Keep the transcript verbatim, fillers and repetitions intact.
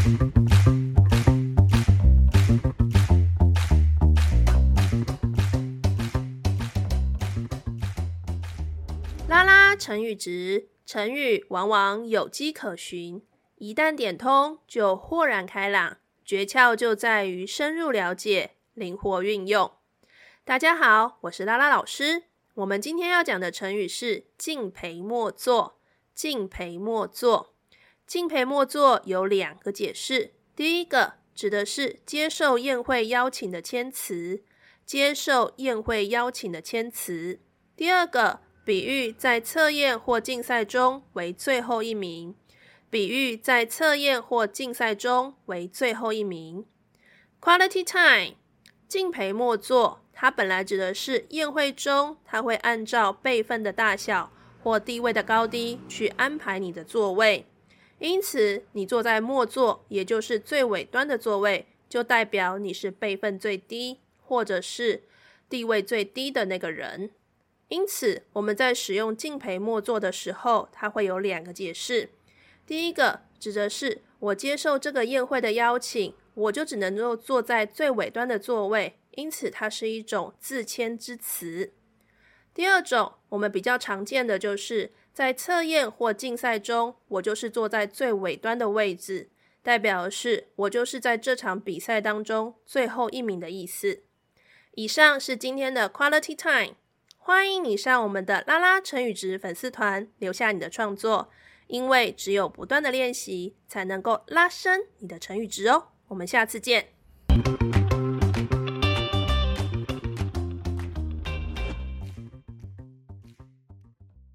拉拉成语质，成语往往有迹可循，一旦点通就豁然开朗，诀窍就在于深入了解，灵活运用。大家好，我是拉拉老师。我们今天要讲的成语是敬陪末座。敬陪末座，敬陪末座有两个解释。第一个指的是接受宴会邀请的谦辞，接受宴会邀请的谦辞。第二个比喻在测验或竞赛中为最后一名，比喻在测验或竞赛中为最后一名。Quality time， 敬陪末座，它本来指的是宴会中，它会按照辈分的大小或地位的高低去安排你的座位。因此，你坐在末座，也就是最尾端的座位，就代表你是辈分最低，或者是地位最低的那个人。因此，我们在使用敬陪末座的时候，它会有两个解释。第一个指的是我接受这个宴会的邀请，我就只能够坐在最尾端的座位，因此它是一种自谦之词。第二种，我们比较常见的就是在测验或竞赛中，我就是坐在最尾端的位置，代表的是我就是在这场比赛当中最后一名的意思。以上是今天的 Quality Time， 欢迎你上我们的拉拉成语质粉丝团留下你的创作，因为只有不断的练习才能够拉升你的成语质哦。我们下次见。